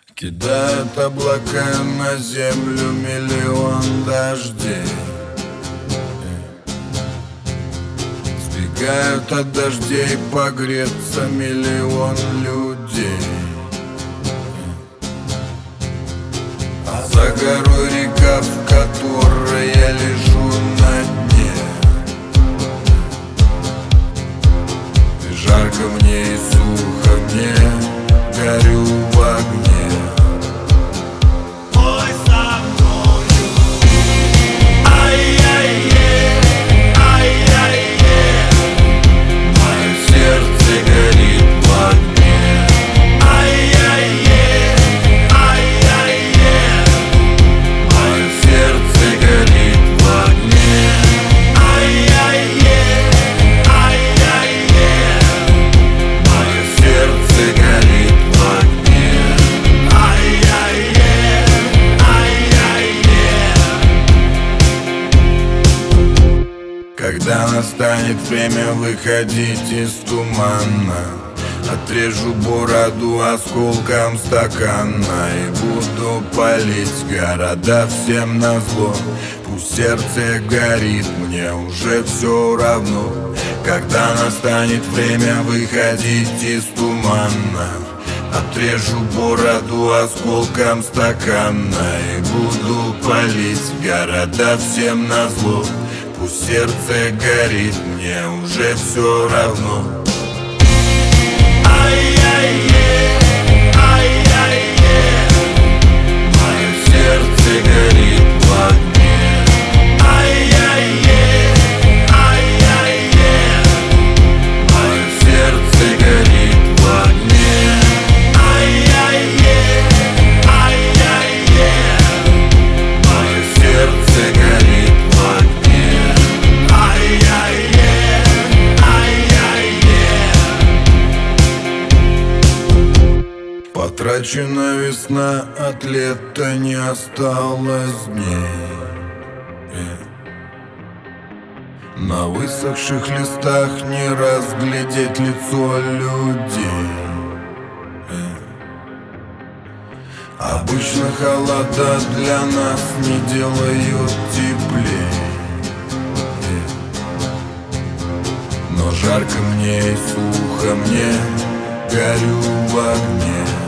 Кидают облака на землю миллион дождей. Сбегают от дождей погреться миллион людей. А за горой река, в которой я лежу на дне. И жарко мне и сухо мне, горю в огне. Когда настанет время выходить из тумана, отрежу бороду осколком стакана и буду палить города всем назло. Пусть сердце горит, мне уже все равно. Когда настанет время выходить из тумана, отрежу бороду осколком стакана и буду палить города всем назло. Пусть сердце горит, мне уже все равно. Мое сердце горит в огне. Мое сердце горит в огне. Мое сердце горит в огне. Потрачена весна, от лета не осталось дней. На высохших листах не разглядеть лицо людей. Обычно холода для нас не делают теплей. Но жарко мне и сухо мне, горю в огне.